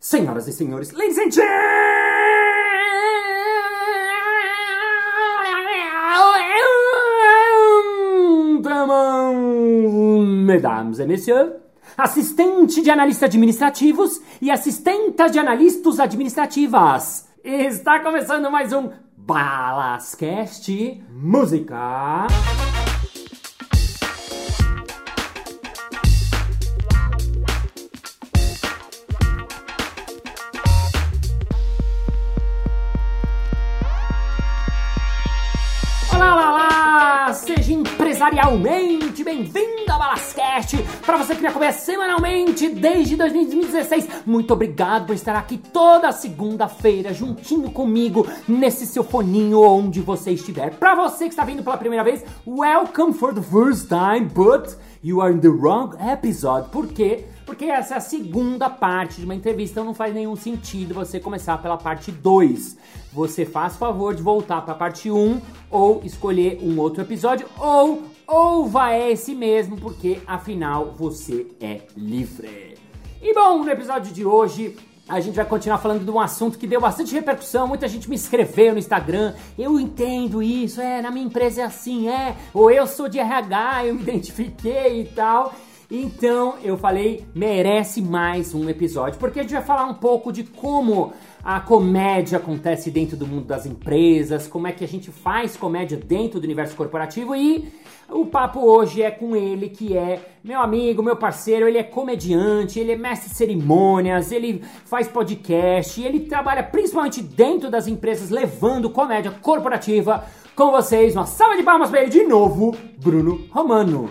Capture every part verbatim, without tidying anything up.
Senhoras e senhores, ladies and gentlemen, mesdames et messieurs, assistente de analista administrativos e assistentas de analistas administrativas. Está começando mais um Balascast Música. Seja empresarialmente bem-vindo ao Balascast. Para você que me acompanha semanalmente desde dois mil e dezesseis, muito obrigado por estar aqui toda segunda-feira juntinho comigo nesse seu foninho onde você estiver. Para você que está vindo pela primeira vez, welcome for the first time, but you are in the wrong episode. Por quê? Porque essa é a segunda parte de uma entrevista, então não faz nenhum sentido você começar pela parte dois. Você faz favor de voltar para a parte um ou escolher um outro episódio ou ouva esse mesmo, porque afinal você é livre. E bom, no episódio de hoje a gente vai continuar falando de um assunto que deu bastante repercussão, muita gente me escreveu no Instagram, eu entendo isso, é, na minha empresa é assim, é, ou eu sou de R H, eu me identifiquei e tal. Então eu falei, merece mais um episódio, porque a gente vai falar um pouco de como a comédia acontece dentro do mundo das empresas, como é que a gente faz comédia dentro do universo corporativo, e o papo hoje é com ele, que é meu amigo, meu parceiro, ele é comediante, ele é mestre de cerimônias, ele faz podcast, ele trabalha principalmente dentro das empresas levando comédia corporativa. Com vocês, uma salva de palmas para ele de novo, Bruno Romano.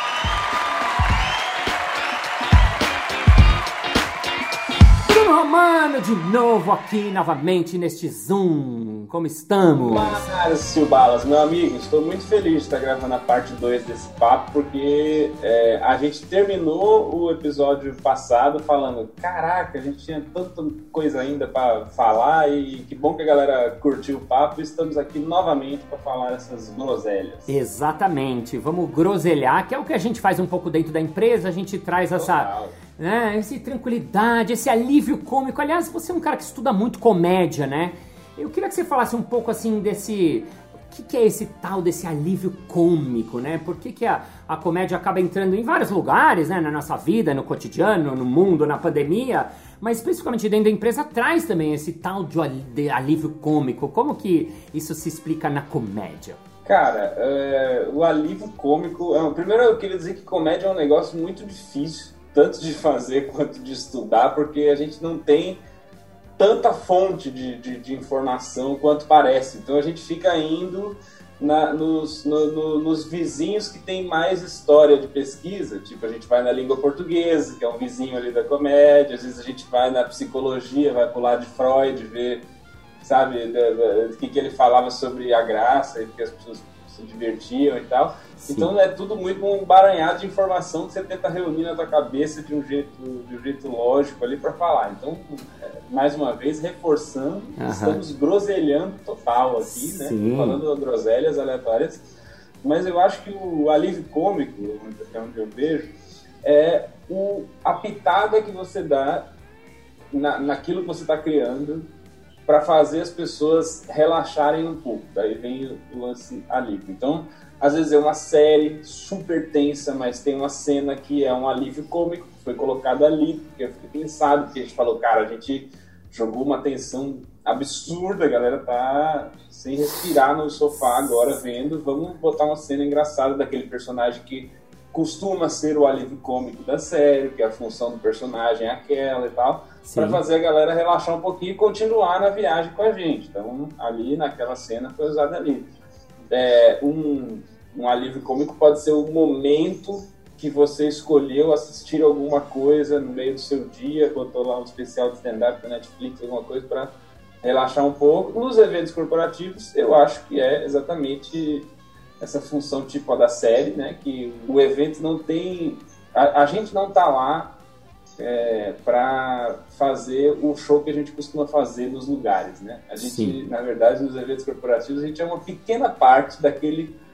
Romano, de novo aqui novamente neste Zoom. Como estamos? Márcio Balas, meu amigo, estou muito feliz de estar gravando a parte dois desse papo, porque é, a gente terminou o episódio passado falando, caraca, a gente tinha tanta coisa ainda para falar e que bom que a galera curtiu o papo, e estamos aqui novamente para falar essas groselhas. Exatamente, vamos groselhar, que é o que a gente faz um pouco dentro da empresa, a gente traz essa... Total. Né, essa tranquilidade, esse alívio cômico. Aliás, você é um cara que estuda muito comédia, né? Eu queria que você falasse um pouco assim desse... O que, que é esse tal desse alívio cômico, né? Por que, que a, a comédia acaba entrando em vários lugares, né? Na nossa vida, no cotidiano, no mundo, na pandemia, mas especificamente dentro da empresa traz também esse tal de, de alívio cômico. Como que isso se explica na comédia? Cara, é, o alívio cômico... É, primeiro eu queria dizer que comédia é um negócio muito difícil, tanto de fazer quanto de estudar, porque a gente não tem tanta fonte de, de, de informação quanto parece. Então a gente fica indo na, nos, no, no, nos vizinhos que tem mais história de pesquisa. Tipo, a gente vai na língua portuguesa, que é um vizinho ali da comédia. Às vezes a gente vai na psicologia, vai pro lado de Freud, ver, sabe, o que, que ele falava sobre a graça e que as pessoas se divertiam e tal. Sim. Então é tudo muito um emaranhado de informação que você tenta reunir na tua cabeça de um jeito, de um jeito lógico ali para falar. Então, mais uma vez, reforçando, uhum. Estamos groselhando total aqui, né? Falando de groselhas aleatórias. Mas eu acho que o alívio cômico, até onde eu vejo, é o, a pitada que você dá na, naquilo que você está criando para fazer as pessoas relaxarem um pouco. Daí vem o lance alívio. Então, às vezes é uma série super tensa, mas tem uma cena que é um alívio cômico, que foi colocado ali, porque eu fiquei pensado, porque a gente falou, cara, a gente jogou uma tensão absurda, a galera tá sem respirar no sofá agora vendo, vamos botar uma cena engraçada daquele personagem que costuma ser o alívio cômico da série, que a função do personagem é aquela e tal, para fazer a galera relaxar um pouquinho e continuar na viagem com a gente. Então, ali naquela cena foi usado ali. É, um, um alívio cômico pode ser o momento que você escolheu assistir alguma coisa no meio do seu dia, botou lá um especial de stand-up da Netflix, alguma coisa para relaxar um pouco. Nos eventos corporativos, eu acho que é exatamente essa função tipo a da série, né? Que o evento não tem... A, a gente não tá lá é, para fazer o show que a gente costuma fazer nos lugares, né? A gente, Sim. na verdade, nos eventos corporativos, a gente é uma pequena parte daquele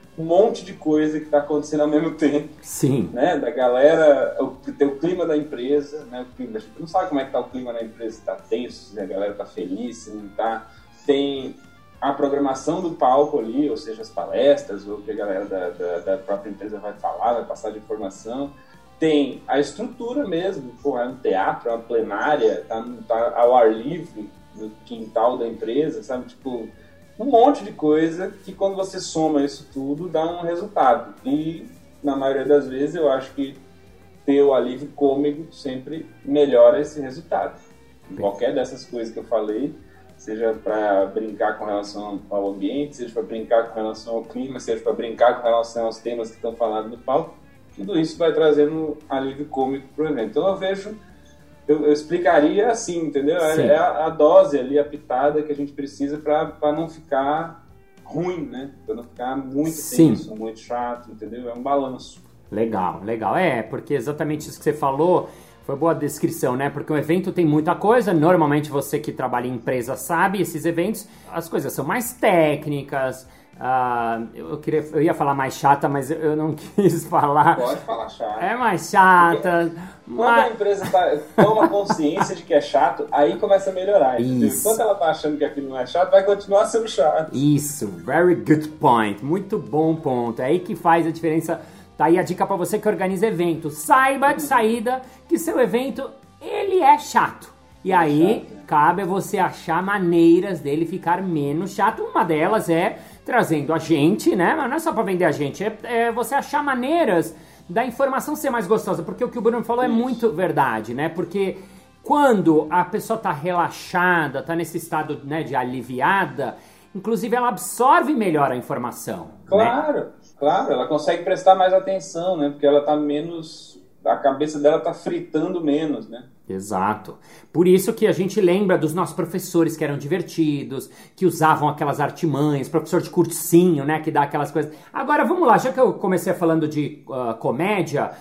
um monte de coisa que está acontecendo ao mesmo tempo. Sim. Né? Da galera, o, tem o clima da empresa, né? O clima, a gente não sabe como é que está o clima na empresa, se está tenso, se a galera está feliz, se não está. Tem a programação do palco ali, ou seja, as palestras, ou o que a galera da, da, da própria empresa vai falar, vai passar de informação. Tem a estrutura mesmo, pô, é um teatro, é uma plenária, tá, tá ao ar livre, no quintal da empresa, sabe? Tipo, um monte de coisa que quando você soma isso tudo dá um resultado. E na maioria das vezes eu acho que ter o alívio cômico sempre melhora esse resultado. Qualquer dessas coisas que eu falei, seja para brincar com relação ao ambiente, seja para brincar com relação ao clima, seja para brincar com relação aos temas que estão falados no palco, tudo isso vai trazendo alívio cômico para o evento. Então eu vejo, eu, eu explicaria assim, entendeu? É, é a, a dose ali, a pitada que a gente precisa para não ficar ruim, né? Para não ficar muito tenso, muito chato, entendeu? É um balanço. Legal, legal. É, porque exatamente isso que você falou foi boa descrição, né? Porque o evento tem muita coisa, normalmente você que trabalha em empresa sabe, esses eventos, as coisas são mais técnicas. Uh, eu, queria, eu ia falar mais chata, mas eu, eu não quis falar. Pode falar chata. É mais chata. Porque quando mas... a empresa tá, toma consciência de que é chato, aí começa a melhorar. Isso. Enquanto ela tá achando que aquilo não é chato, vai continuar sendo chato. Isso, very good point. Muito bom ponto. É aí que faz a diferença. Tá aí a dica para você que organiza evento. Saiba de saída que seu evento, ele é chato. E aí, chato, né? Cabe a você achar maneiras dele ficar menos chato. Uma delas é trazendo a gente, né? Mas não é só para vender a gente, é, é você achar maneiras da informação ser mais gostosa, porque o que o Bruno falou Isso. é muito verdade, né? Porque quando a pessoa tá relaxada, tá nesse estado, né, de aliviada, inclusive ela absorve melhor a informação. Claro, né? Claro, ela consegue prestar mais atenção, né? Porque ela tá menos... A cabeça dela tá fritando menos, né? Exato. Por isso que a gente lembra dos nossos professores que eram divertidos, que usavam aquelas artimanhas, professor de cursinho, né, que dá aquelas coisas. Agora, vamos lá, já que eu comecei falando de uh, comédia,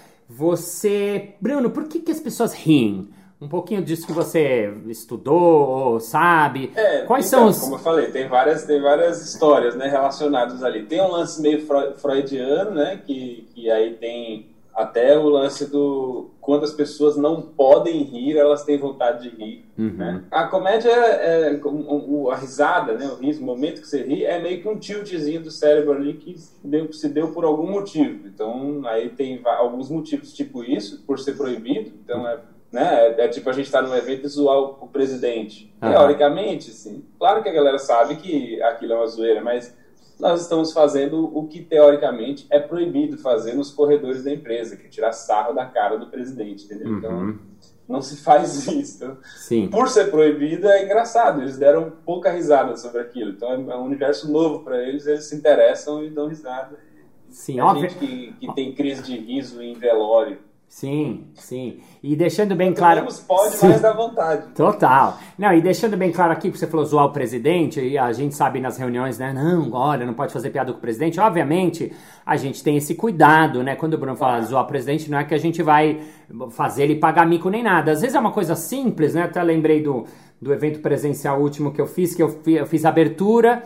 você... Bruno, por que que as pessoas riem? Um pouquinho disso que você estudou ou sabe. É, Quais então, são os... como eu falei, tem várias, tem várias histórias, né, relacionadas ali. Tem um lance meio freudiano, né, que, que aí tem... Até o lance do... Quando as pessoas não podem rir, elas têm vontade de rir. Uhum. Né? A comédia, é, é, a risada, né? O riso, o momento que você ri, é meio que um tiltzinho do cérebro ali que deu, se deu por algum motivo. Então, aí tem alguns motivos, tipo isso, por ser proibido. Então, é, né? é, é tipo a gente estar tá num evento e zoar o, o presidente. Uhum. Teoricamente, sim. Claro que a galera sabe que aquilo é uma zoeira, mas... nós estamos fazendo o que, teoricamente, é proibido fazer nos corredores da empresa, que é tirar sarro da cara do presidente, entendeu? Uhum. Então, não se faz isso. Sim. Por ser proibido, é engraçado. Eles deram pouca risada sobre aquilo. Então, é um universo novo para eles, eles se interessam e dão risada. Sim, é óbvio. gente que, que tem crise de riso em velório. Sim, sim. E deixando bem claro... Menos pode, sim. mais dá vontade. Total. Não, e deixando bem claro aqui, que você falou zoar o presidente, e a gente sabe nas reuniões, né? Não, olha, não pode fazer piada com o presidente. Obviamente, a gente tem esse cuidado, né? Quando o Bruno fala zoar o presidente, não é que a gente vai fazer ele pagar mico nem nada. Às vezes é uma coisa simples, né? Até lembrei do, do evento presencial último que eu fiz, que eu fiz, eu fiz a abertura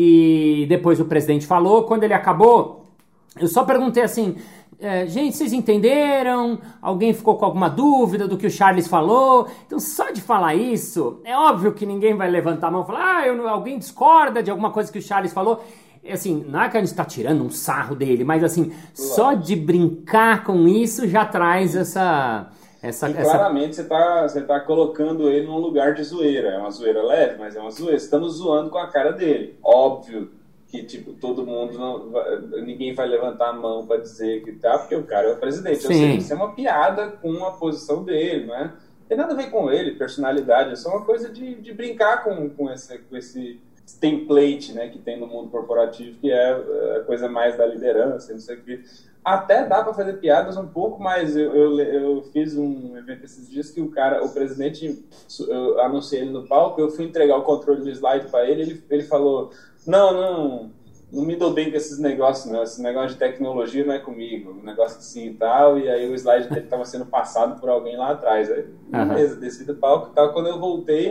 e depois o presidente falou. Quando ele acabou, eu só perguntei assim... É, gente, vocês entenderam? Alguém ficou com alguma dúvida do que o Charles falou? Então, só de falar isso, é óbvio que ninguém vai levantar a mão e falar ah, eu, alguém discorda de alguma coisa que o Charles falou. Assim, não é que a gente tá tirando um sarro dele, mas assim, só de brincar com isso já traz essa... essa, e essa... claramente você tá, você tá colocando ele num lugar de zoeira. É uma zoeira leve, mas é uma zoeira. Estamos zoando com a cara dele. Óbvio que, tipo, todo mundo, não, ninguém vai levantar a mão para dizer que tá, porque o cara é o presidente. Sim. Ou seja, isso é uma piada com a posição dele, não é? Não tem nada a ver com ele, personalidade, é só uma coisa de, de brincar com, com, esse, com esse template, né, que tem no mundo corporativo, que é a coisa mais da liderança, não sei o que. Até dá para fazer piadas um pouco, mas eu, eu, eu fiz um evento esses dias que o cara, o presidente, eu anunciei ele no palco, eu fui entregar o controle do slide para ele, ele, ele falou... Não, não, não me dou bem com esses negócios, não. Esse negócio de tecnologia não é comigo. Um negócio assim e tal. E aí o slide dele estava sendo passado por alguém lá atrás. Aí, beleza, desci do palco e tal. Quando eu voltei,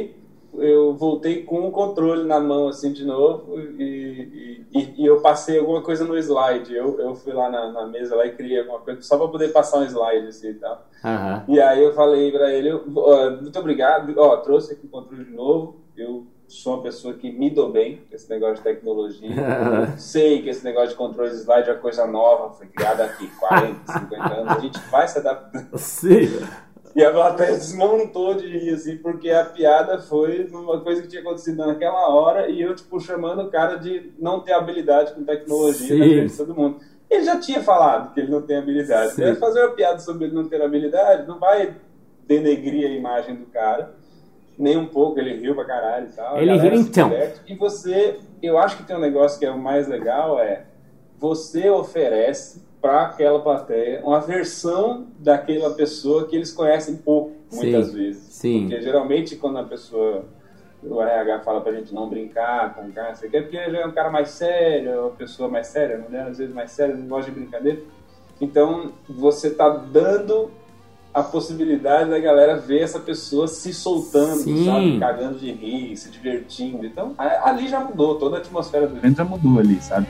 eu voltei com o controle na mão, assim, de novo, e, e, e eu passei alguma coisa no slide. Eu, eu fui lá na, na mesa lá e criei alguma coisa só para poder passar um slide, assim, e tal. Uhum. E aí eu falei para ele, ó, muito obrigado, ó, trouxe aqui o controle de novo, eu sou uma pessoa que me dou bem com esse negócio de tecnologia. Eu sei que esse negócio de controle de slide é uma coisa nova, foi criada aqui quarenta, cinquenta anos, a gente vai se adaptando. Sim. E a plateia desmontou de rir, assim, porque a piada foi uma coisa que tinha acontecido naquela hora e eu, tipo, chamando o cara de não ter habilidade com tecnologia na frente de todo mundo. Ele já tinha falado que ele não tem habilidade. Sim. Mas fazer uma piada sobre ele não ter habilidade não vai denegrir a imagem do cara, nem um pouco. Ele riu pra caralho e tal. Ele riu então. Diverte. E você, eu acho que tem um negócio que é o mais legal, é você oferece para aquela plateia uma versão daquela pessoa que eles conhecem pouco, muitas sim, vezes. Sim. Porque geralmente quando a pessoa, o R H fala pra gente não brincar com câncer, que é porque ele é um cara mais sério, é uma pessoa mais séria, a mulher às vezes mais séria, não gosta de brincadeira. Então você tá dando a possibilidade da galera ver essa pessoa se soltando, sim, sabe? Cagando de rir, se divertindo. Então ali já mudou, toda a atmosfera do evento já mudou ali, sabe?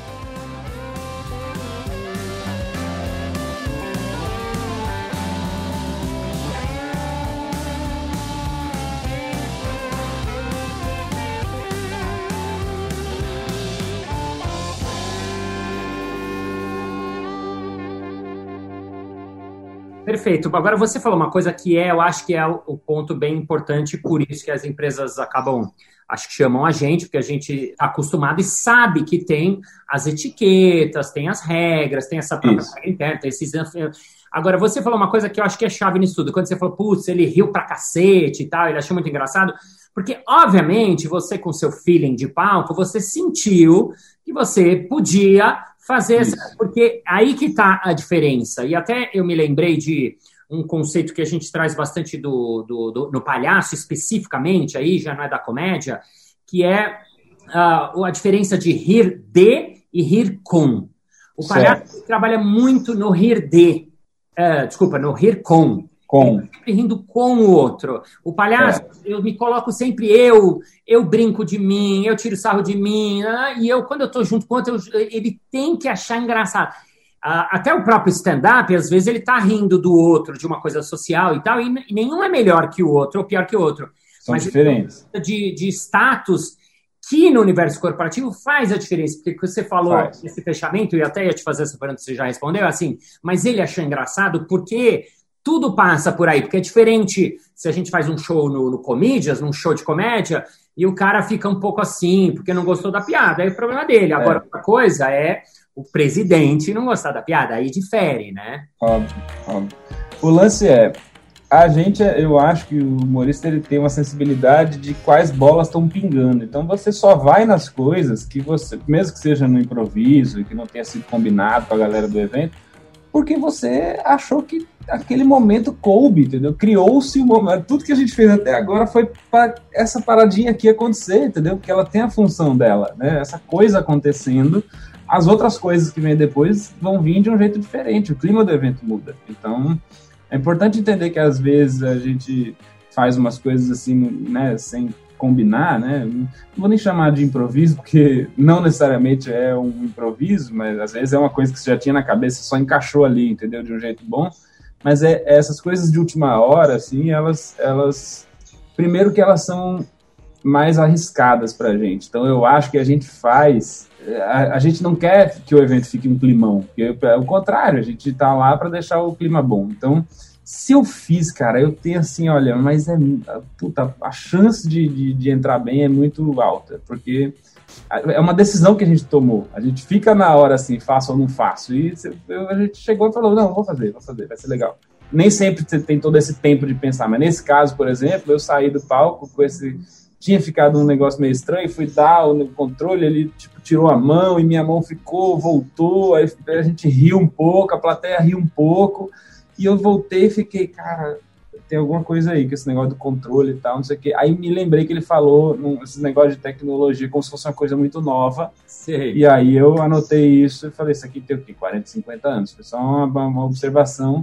Perfeito. Agora você falou uma coisa que é, eu acho que é o ponto bem importante, por isso que as empresas acabam, acho que chamam a gente, porque a gente está acostumado e sabe que tem as etiquetas, tem as regras, tem essa própria regra interna, tem esses... Agora, você falou uma coisa que eu acho que é chave nisso tudo. Quando você falou, putz, ele riu pra cacete e tal, ele achou muito engraçado, porque, obviamente, você com seu feeling de palco, você sentiu que você podia fazer essa... Porque aí que tá a diferença. E até eu me lembrei de um conceito que a gente traz bastante do, do, do, no palhaço, especificamente, aí já não é da comédia, que é uh, a diferença de rir de e rir com. O palhaço certo. Trabalha muito no rir de. Uh, desculpa, no rir com. Com. Sempre rindo com o outro. O palhaço, é. eu me coloco sempre eu, eu brinco de mim, eu tiro sarro de mim, né? E eu, quando eu tô junto com o outro, eu, ele tem que achar engraçado. Uh, até o próprio stand-up, às vezes, ele tá rindo do outro, de uma coisa social e tal, e, e nenhum é melhor que o outro ou pior que o outro. São Mas diferentes. De, de status que no universo corporativo faz a diferença, porque você falou faz. Nesse fechamento, e até ia te fazer essa pergunta, você já respondeu, assim, mas ele achou engraçado porque tudo passa por aí, porque é diferente se a gente faz um show no, no Comedians, num show de comédia, e o cara fica um pouco assim, porque não gostou da piada, aí é o problema dele. Agora, é. Outra coisa é o presidente não gostar da piada, aí difere, né? Óbvio, óbvio. O lance é, a gente, eu acho que o humorista ele tem uma sensibilidade de quais bolas estão pingando. Então você só vai nas coisas que você, mesmo que seja no improviso e que não tenha sido combinado com a galera do evento, porque você achou que aquele momento coube, entendeu? Criou-se o momento. Tudo que a gente fez até agora foi para essa paradinha aqui acontecer, entendeu? Porque ela tem a função dela, né? Essa coisa acontecendo. As outras coisas que vêm depois vão vir de um jeito diferente. O clima do evento muda. Então, é importante entender que às vezes a gente faz umas coisas assim, né? Sem combinar, né? Não vou nem chamar de improviso, porque não necessariamente é um improviso, mas às vezes é uma coisa que você já tinha na cabeça e só encaixou ali, entendeu? De um jeito bom. Mas é, essas coisas de última hora, assim, elas, elas... Primeiro que elas são mais arriscadas pra gente. Então eu acho que a gente faz... A, a gente não quer que o evento fique um climão. Porque, é o contrário, a gente tá lá pra deixar o clima bom. Então... Se eu fiz, cara, eu tenho assim, olha, mas é, puta, a chance de, de, de entrar bem é muito alta, porque é uma decisão que a gente tomou. A gente fica na hora assim, faço ou não faço, e a gente chegou e falou, não, vou fazer, vou fazer, vai ser legal. Nem sempre você tem todo esse tempo de pensar, mas nesse caso, por exemplo, eu saí do palco com esse... Tinha ficado um negócio meio estranho, fui dar o controle, ele tipo, tirou a mão e minha mão ficou, voltou, aí a gente riu um pouco, a plateia riu um pouco... E eu voltei e fiquei, cara, tem alguma coisa aí, com esse negócio do controle e tal, não sei o quê. Aí me lembrei que ele falou num, esse negócio de tecnologia como se fosse uma coisa muito nova. Sei. E aí eu anotei isso e falei, isso aqui tem o quê? quarenta, cinquenta anos. Foi só uma, uma observação.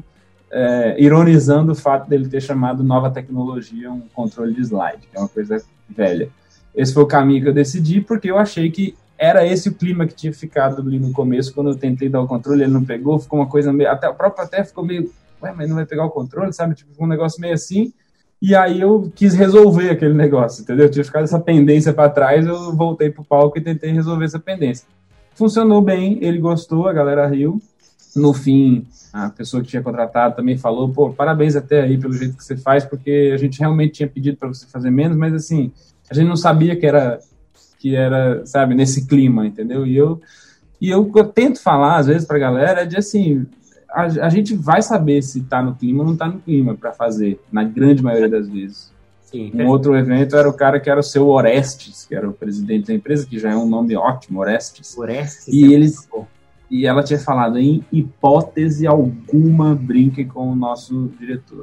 é, ironizando o fato dele ter chamado nova tecnologia um controle de slide, que é uma coisa velha. Esse foi o caminho que eu decidi, porque eu achei que era esse o clima que tinha ficado ali no começo, quando eu tentei dar o controle, ele não pegou, ficou uma coisa meio... Até, o próprio até ficou meio... Ué, mas não vai pegar o controle, sabe? Tipo, ficou um negócio meio assim, e aí eu quis resolver aquele negócio, entendeu? Eu tinha ficado essa pendência para trás, eu voltei pro palco e tentei resolver essa pendência. Funcionou bem, ele gostou, a galera riu. No fim, a pessoa que tinha contratado também falou, pô, parabéns até aí pelo jeito que você faz, porque a gente realmente tinha pedido para você fazer menos, mas assim, a gente não sabia que era... que era, sabe, nesse clima, entendeu? E eu, e eu, eu tento falar, às vezes, pra galera, de assim, a, a gente vai saber se tá no clima ou não tá no clima pra fazer, na grande maioria das vezes. Sim, um é. outro evento era o cara que era o seu Orestes, que era o presidente da empresa, que já é um nome ótimo, Orestes. Orestes. E, eles, e ela tinha falado, em hipótese alguma, brinque com o nosso diretor.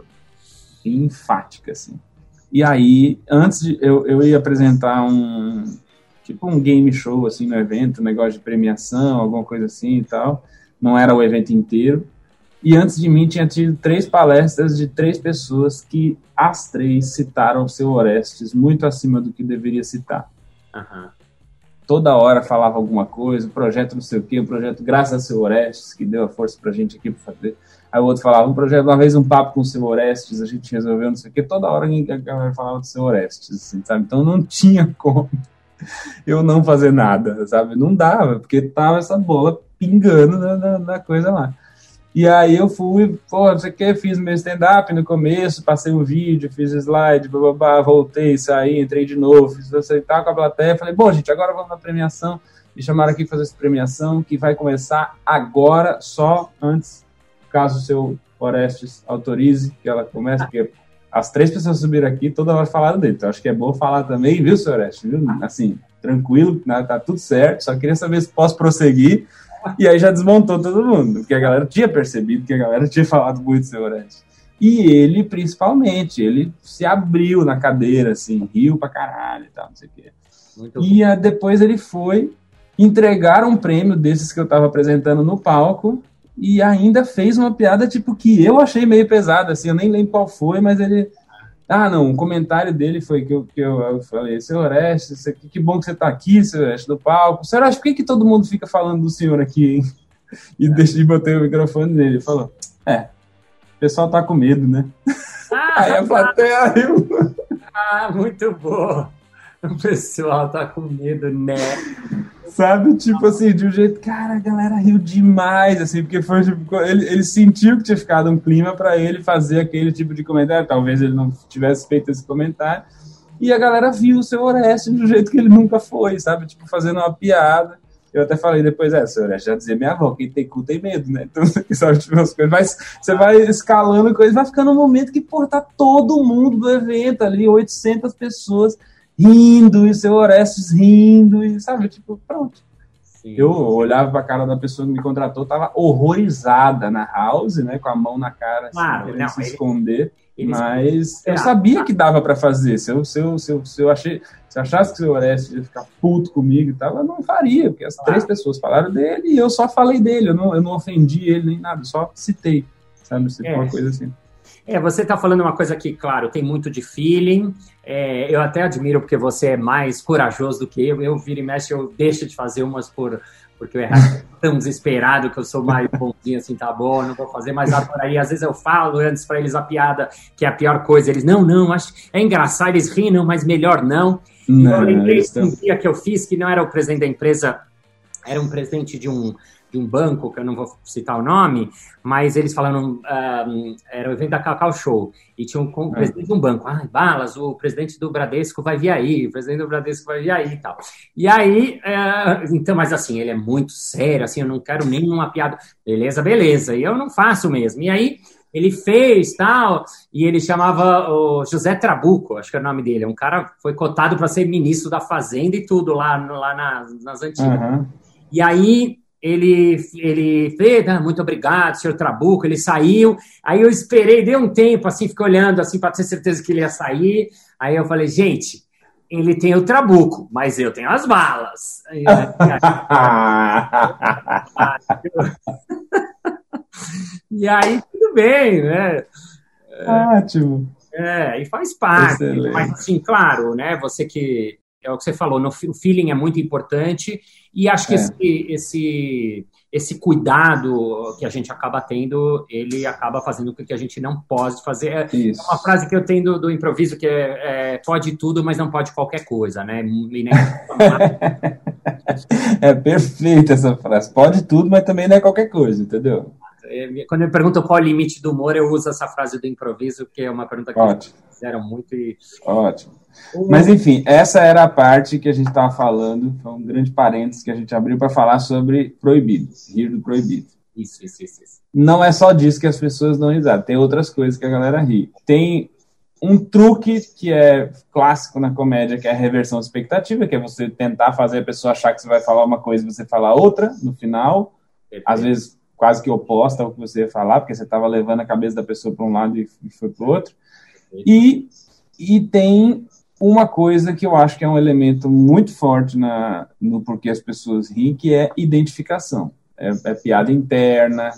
Enfática, assim. E aí, antes de... Eu, eu ia apresentar um... tipo um game show, assim, no evento, um negócio de premiação, alguma coisa assim e tal. Não era o evento inteiro. E antes de mim tinha tido três palestras de três pessoas que as três citaram o seu Orestes muito acima do que deveria citar. Uhum. Toda hora falava alguma coisa, o projeto não sei o quê, o projeto graças ao seu Orestes, que deu a força pra gente aqui pra fazer. Aí o outro falava, um projeto, uma vez um papo com o seu Orestes, a gente resolveu não sei o quê. Toda hora a galera falava do seu Orestes, assim, sabe? Então não tinha como eu não fazer nada, sabe? Não dava, porque tava essa bola pingando na, na, na coisa lá. E aí eu fui, pô, não sei o que, fiz meu stand-up no começo, passei um vídeo, fiz slide, blá, blá, blá, voltei, saí, entrei de novo, fiz aceitar com a plateia, falei, bom, gente, agora vamos na premiação, me chamaram aqui fazer essa premiação, que vai começar agora, só antes, caso o seu Orestes autorize, que ela comece, porque as três pessoas subiram aqui, toda hora falaram dele, então acho que é bom falar também, viu, seu Orestes, viu? Assim, tranquilo, né, tá tudo certo, só queria saber se posso prosseguir. E aí já desmontou todo mundo, porque a galera tinha percebido que a galera tinha falado muito do seu Orestes. E ele, principalmente, ele se abriu na cadeira, assim, riu pra caralho e tal, não sei o quê. Muito e a, depois ele foi entregar um prêmio desses que eu tava apresentando no palco e ainda fez uma piada, tipo, que eu achei meio pesada, assim, eu nem lembro qual foi, mas ele... Ah, não, um comentário dele foi que eu, que eu, eu falei, seu Orestes, que, que bom que você tá aqui, seu Orestes, no palco. Seu Orestes, por que, que todo mundo fica falando do senhor aqui, hein? E deixei, botei o microfone nele. Ele falou, é, o pessoal tá com medo, né? Ah, aí a plateia riu. Ah, muito bom. O pessoal tá com medo, né? Sabe, tipo assim, de um jeito, cara, a galera riu demais, assim, porque foi, tipo, ele, ele sentiu que tinha ficado um clima pra ele fazer aquele tipo de comentário, talvez ele não tivesse feito esse comentário, e a galera viu o seu Orestes do jeito que ele nunca foi, sabe, tipo, fazendo uma piada. Eu até falei depois, é, seu Orestes, já dizia minha avó, quem tem cu tem medo, né, então, sabe, tipo, as coisas, mas você vai escalando coisas, vai ficando um momento que, pô, tá todo mundo do evento ali, oitocentas pessoas, rindo, e seu Orestes rindo, e sabe, tipo, pronto. Sim. Eu olhava pra cara da pessoa que me contratou, tava horrorizada na house, né, com a mão na cara, assim, claro, querendo não, se ele, esconder, ele mas eu sabia que dava pra fazer, se eu, se eu, se eu, se eu achei, se eu achasse que o seu Orestes ia ficar puto comigo e tal, eu não faria, porque as claro. três pessoas falaram dele e eu só falei dele, eu não, eu não ofendi ele nem nada, só citei, sabe, citei é. uma coisa assim. É, você está falando uma coisa que, claro, tem muito de feeling, é, eu até admiro porque você é mais corajoso do que eu, eu viro e mexe, eu deixo de fazer umas por, porque eu é tão desesperado que eu sou mais bonzinho assim, tá bom, não vou fazer, mas agora aí, às vezes eu falo antes para eles a piada, que é a pior coisa, eles, não, não, acho é engraçado, eles riem, não, mas melhor não. não eu lembrei de um dia que eu fiz, que não era o presidente da empresa, era um presidente de um... de um banco, que eu não vou citar o nome, mas eles falaram, um, era o evento da Cacau Show, e tinha um, um presidente de um banco, ah, Balas, o presidente do Bradesco vai vir aí, o presidente do Bradesco vai vir aí e tal. E aí, uh, então, mas assim, ele é muito sério, assim, eu não quero nenhuma piada, beleza, beleza, e eu não faço mesmo. E aí, ele fez tal, e ele chamava o José Trabuco, acho que é o nome dele, um cara foi cotado para ser ministro da Fazenda e tudo lá, lá nas, nas antigas. Uhum. E aí, Ele, ele fez, ah, muito obrigado, senhor Trabuco, ele saiu, aí eu esperei, dei um tempo, assim, fiquei olhando, assim, para ter certeza que ele ia sair, aí eu falei, gente, ele tem o Trabuco, mas eu tenho as balas. E aí, e aí tudo bem, né? Ótimo. É, e faz parte. Excelente. Mas, assim, claro, né? Você que... É o que você falou, no, o feeling é muito importante e acho que É. esse, esse, esse cuidado que a gente acaba tendo, ele acaba fazendo com que a gente não pode fazer. É Isso. uma frase que eu tenho do, do improviso que é, é pode tudo, mas não pode qualquer coisa, né? E nem... É perfeita essa frase. Pode tudo, mas também não é qualquer coisa, entendeu? Quando me perguntam qual é o limite do humor, eu uso essa frase do improviso, que é uma pergunta que Ótimo. eles fizeram muito. E... Ótimo. Mas, enfim, essa era a parte que a gente estava falando, foi um grande parênteses que a gente abriu para falar sobre proibido, rir do proibido. Isso, isso, isso, isso. Não é só disso que as pessoas dão risada, tem outras coisas que a galera ri. Tem um truque que é clássico na comédia, que é a reversão de expectativa, que é você tentar fazer a pessoa achar que você vai falar uma coisa e você falar outra no final, Perfeito. Às vezes quase que oposta ao que você ia falar, porque você estava levando a cabeça da pessoa para um lado e foi para o outro. E, e tem uma coisa que eu acho que é um elemento muito forte na, no porquê as pessoas riem, que é identificação. É, é piada interna,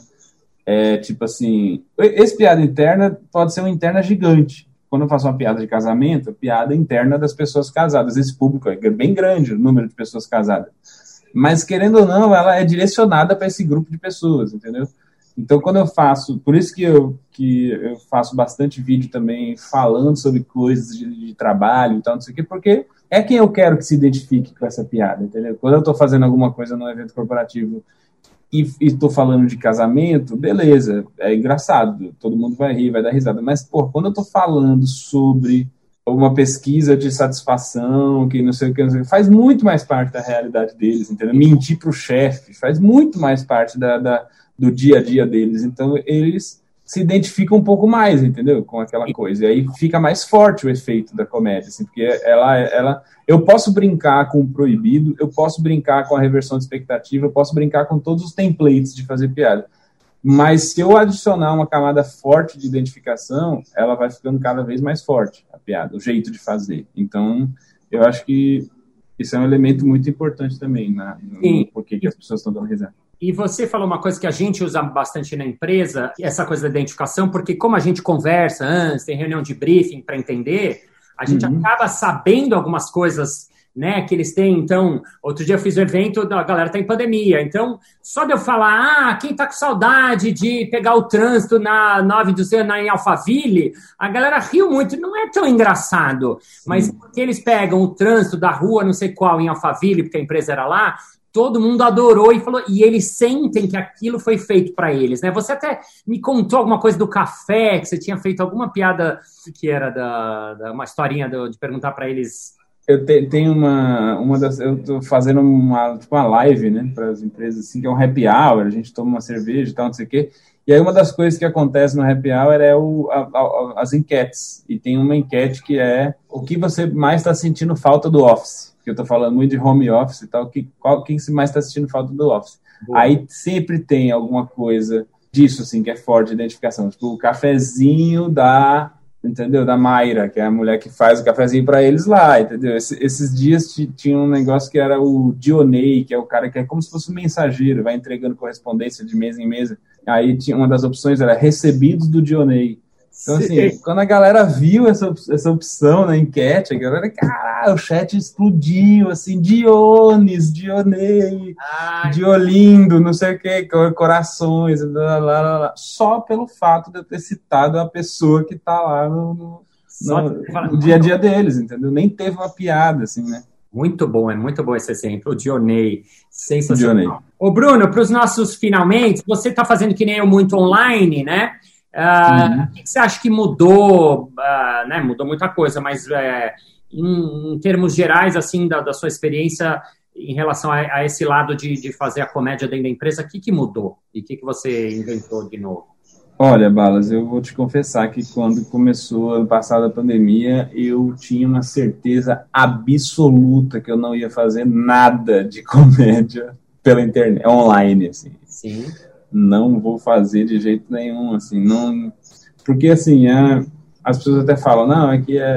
é tipo assim... Esse piada interna pode ser uma interna gigante. Quando eu faço uma piada de casamento, a piada interna das pessoas casadas. Esse público é bem grande, o número de pessoas casadas. Mas, querendo ou não, ela é direcionada para esse grupo de pessoas, entendeu? Então, quando eu faço... Por isso que eu, que eu faço bastante vídeo também falando sobre coisas de, de trabalho e tal, não sei o quê, porque é quem eu quero que se identifique com essa piada, entendeu? Quando eu estou fazendo alguma coisa num evento corporativo e estou falando de casamento, beleza, é engraçado, todo mundo vai rir, vai dar risada. Mas, pô, quando eu estou falando sobre uma pesquisa de satisfação, que não sei o que, não sei o que, faz muito mais parte da realidade deles, entendeu? Mentir para o chefe faz muito mais parte da... da do dia a dia deles, então eles se identificam um pouco mais, entendeu, com aquela coisa, e aí fica mais forte o efeito da comédia, assim, porque ela, ela, eu posso brincar com o proibido, eu posso brincar com a reversão de expectativa, eu posso brincar com todos os templates de fazer piada, mas se eu adicionar uma camada forte de identificação, ela vai ficando cada vez mais forte, a piada, o jeito de fazer, então eu acho que isso é um elemento muito importante também, na, no porquê que as pessoas estão dando risada. E você falou uma coisa que a gente usa bastante na empresa, essa coisa da identificação, porque como a gente conversa antes, tem reunião de briefing para entender, a gente uhum. acaba sabendo algumas coisas, né, que eles têm. Então, outro dia eu fiz um evento, a galera tá em pandemia, então, só de eu falar, ah, quem tá com saudade de pegar o trânsito na nove do Zena em Alphaville, a galera riu muito, não é tão engraçado, Sim. mas porque eles pegam o trânsito da rua, não sei qual, em Alphaville, porque a empresa era lá, todo mundo adorou e falou, e eles sentem que aquilo foi feito para eles, né? Você até me contou alguma coisa do café, que você tinha feito alguma piada que era da, da uma historinha do, de perguntar para eles. Eu te, tenho uma, uma das, eu tô fazendo uma, tipo uma live, né, para as empresas, assim, que é um happy hour, a gente toma uma cerveja e tal, não sei o quê, e aí uma das coisas que acontece no happy hour é o, a, a, as enquetes, e tem uma enquete que é o que você mais está sentindo falta do Office. Eu tô falando muito de home office e tal, que, qual, quem mais está assistindo falta do office. Boa. Aí sempre tem alguma coisa disso, assim, que é forte de identificação. Tipo, o cafezinho da, entendeu? Da Mayra, que é a mulher que faz o cafezinho para eles lá, entendeu? Esse, esses dias t- tinha um negócio que era o Dionei, que é o cara que é como se fosse um mensageiro, vai entregando correspondência de mesa em mesa. Aí tinha uma das opções, era recebidos do Dionei. Então, assim, Sim. quando a galera viu essa, essa opção na enquete, a galera, caralho, o chat explodiu, assim, Dionis, Dionei, Ai. Diolindo, não sei o que, corações, blá, blá, blá, blá, só pelo fato de eu ter citado a pessoa que tá lá no, no, no, no dia a dia deles, entendeu? Nem teve uma piada, assim, né? Muito bom, é muito bom esse exemplo, o Dionei, sensacional. Dionei. Ô, Bruno, para os nossos finalmente, você tá fazendo que nem eu muito online, né? Uh, uhum. O que você acha que mudou? Uh, né, mudou muita coisa, mas uh, em, em termos gerais, assim, da, da sua experiência em relação a, a esse lado de, de fazer a comédia dentro da empresa, o que, que mudou? E o que, que você inventou de novo? Olha, Balas, eu vou te confessar que quando começou ano passado a pandemia, eu tinha uma certeza absoluta que eu não ia fazer nada de comédia pela internet, online, assim. Sim. Não vou fazer de jeito nenhum, assim, não... Porque, assim, é... as pessoas até falam, não, é que é...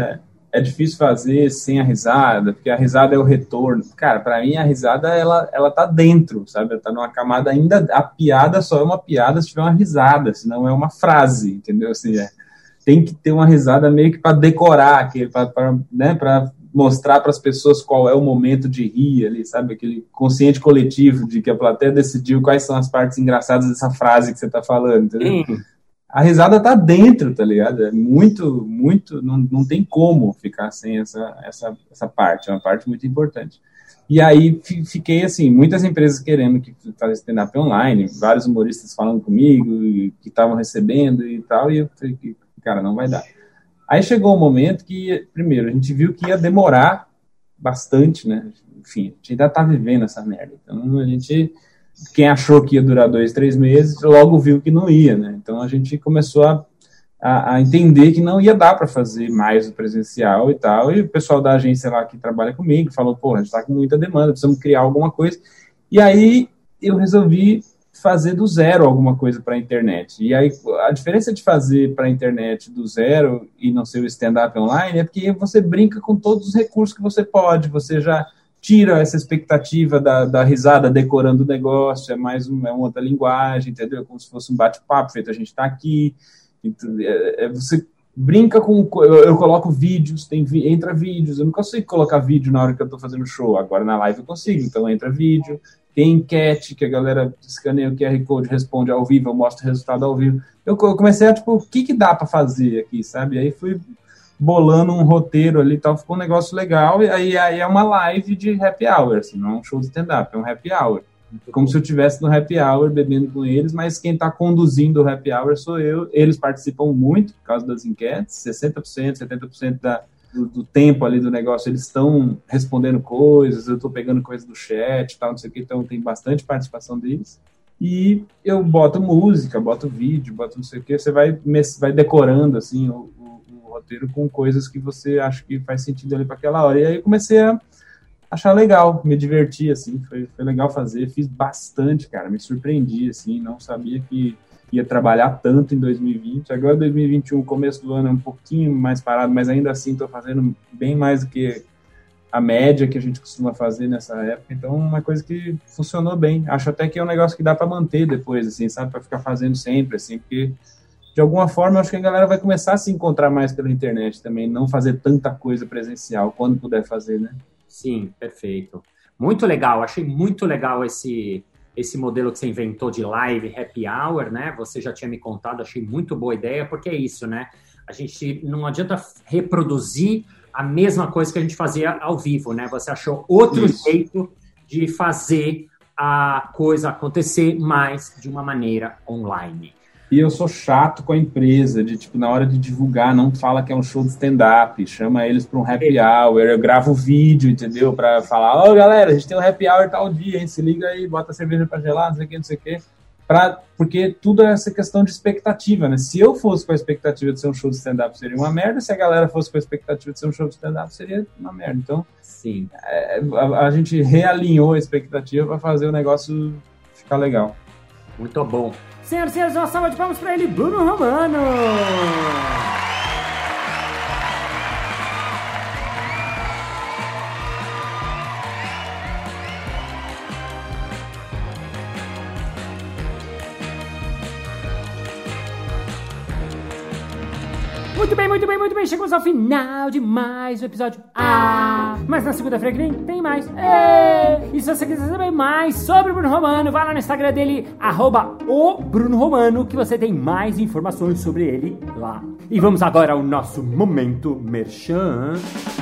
é difícil fazer sem a risada, porque a risada é o retorno. Cara, pra mim a risada, ela, ela tá dentro, sabe? Ela tá numa camada ainda, a piada só é uma piada se tiver uma risada, senão é uma frase, entendeu? Assim, é, tem que ter uma risada meio que pra decorar, aquele, pra, pra, né, pra mostrar pras pessoas qual é o momento de rir ali, sabe? Aquele consciente coletivo de que a plateia decidiu quais são as partes engraçadas dessa frase que você tá falando, entendeu? Sim. A risada tá dentro, tá ligado? É muito, muito, não, não tem como ficar sem essa, essa, essa parte, é uma parte muito importante. E aí fiquei assim, muitas empresas querendo que fazer stand-up online, vários humoristas falando comigo, que estavam recebendo e tal, e eu falei, cara, não vai dar. Aí chegou um momento que, primeiro, a gente viu que ia demorar bastante, né? Enfim, a gente ainda tá vivendo essa merda. Então a gente... Quem achou que ia durar dois, três meses, logo viu que não ia, né? Então a gente começou a, a, a entender que não ia dar para fazer mais o presencial e tal, e o pessoal da agência lá que trabalha comigo falou, pô, a gente tá com muita demanda, precisamos criar alguma coisa. E aí eu resolvi fazer do zero alguma coisa para a internet. E aí a diferença de fazer para a internet do zero e não ser o stand-up online é porque você brinca com todos os recursos que você pode, você já... tira essa expectativa da, da risada decorando o negócio, é mais um, é uma outra linguagem, entendeu? Como se fosse um bate-papo, feito a gente tá aqui, é, é, você brinca com... Eu, eu coloco vídeos, tem, entra vídeos, eu não consigo colocar vídeo na hora que eu tô fazendo show, agora na live eu consigo, então entra vídeo, tem enquete, que a galera escaneia o Q R Code, responde ao vivo, eu mostro o resultado ao vivo. Eu, eu comecei a, tipo, o que que dá pra fazer aqui, sabe? Aí fui... bolando um roteiro ali e tal, ficou um negócio legal, e aí, aí é uma live de happy hour, assim, não é um show de stand-up, é um happy hour. Como se eu estivesse no happy hour bebendo com eles, mas quem está conduzindo o happy hour sou eu. Eles participam muito por causa das enquetes, sessenta por cento, setenta por cento da, do, do tempo ali do negócio, eles estão respondendo coisas, eu estou pegando coisas do chat e tal, não sei o que, então tem bastante participação deles. E eu boto música, boto vídeo, boto não sei o que, você vai, vai decorando, assim, o roteiro com coisas que você acha que faz sentido ali para aquela hora. E aí eu comecei a achar legal, me divertir, assim, foi, foi legal fazer, fiz bastante, cara, me surpreendi, assim, não sabia que ia trabalhar tanto em dois mil e vinte. Agora dois mil e vinte e um, começo do ano é um pouquinho mais parado, mas ainda assim estou fazendo bem mais do que a média que a gente costuma fazer nessa época, então uma coisa que funcionou bem. Acho até que é um negócio que dá para manter depois, assim, sabe, para ficar fazendo sempre, assim, porque de alguma forma, eu acho que a galera vai começar a se encontrar mais pela internet também, não fazer tanta coisa presencial, quando puder fazer, né? Sim, perfeito. Muito legal, achei muito legal esse, esse modelo que você inventou de live happy hour, né? Você já tinha me contado, achei muito boa ideia, porque é isso, né? A gente não adianta reproduzir a mesma coisa que a gente fazia ao vivo, né? Você achou outro isso. jeito de fazer a coisa acontecer, mas de uma maneira online. E eu sou chato com a empresa, de tipo, na hora de divulgar, não fala que é um show de stand-up, chama eles para um happy hour, eu gravo vídeo, entendeu? Para falar, ó, oh, galera, a gente tem um happy hour tal dia, hein? Se liga aí, bota a cerveja para gelar, não sei o que, não sei o que. Pra, porque tudo é essa questão de expectativa, né? Se eu fosse com a expectativa de ser um show de stand-up, seria uma merda, se a galera fosse com a expectativa de ser um show de stand-up, seria uma merda. Então, sim, é, a, a gente realinhou a expectativa para fazer o negócio ficar legal. Muito bom. Senhoras e senhores, uma salva de palmas para ele, Bruno Romano! Muito bem, muito bem, muito bem. Chegamos ao final de mais um episódio. Ah! Mas na segunda-feira que vem tem mais. É. E se você quiser saber mais sobre o Bruno Romano, vai lá no Instagram dele, arroba o Bruno Romano, que você tem mais informações sobre ele lá. E vamos agora ao nosso momento merchan.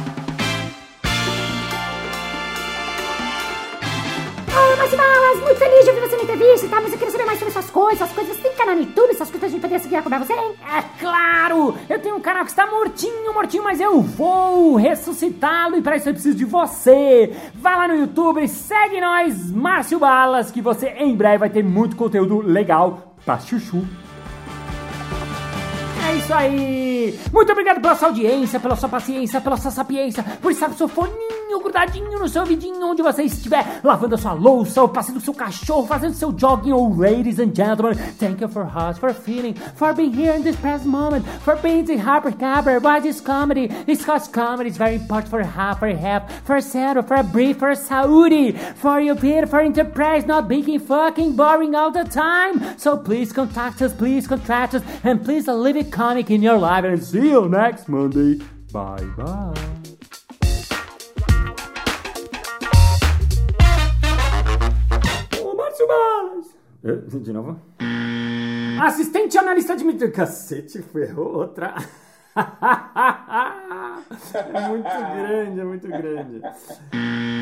Mas Balas, muito feliz de ouvir você na entrevista e tal, mas eu queria saber mais sobre suas coisas, essas coisas. Você tem canal no YouTube, essas coisas a gente poderia seguir a acompanhar você, hein? É claro! Eu tenho um canal que está mortinho, mortinho, mas eu vou ressuscitá-lo e para isso eu preciso de você. Vai lá no YouTube, segue nós, Márcio Balas, que você em breve vai ter muito conteúdo legal pra chuchu. É isso aí! Muito obrigado pela sua audiência, pela sua paciência, pela sua sapiência, por estar com seu foninho grudadinho no seu ouvidinho, onde você estiver, lavando a sua louça, ou passando o seu cachorro, fazendo seu jogging, ou ladies and gentlemen, thank you for us, for feeling, for being here in this present moment, for being the Harper Capper, why this comedy, this cause comedy is very important for half, for half, for settle, for a brief, for Saudi, for your bid, for enterprise, not being fucking boring all the time. So please contact us, please contract us, and please leave a comic in your life, and see you next Monday. Bye bye. Ô, Márcio Balas! De novo? Assistente analista de mídia. Cacete, ferrou outra. É muito grande, é muito grande.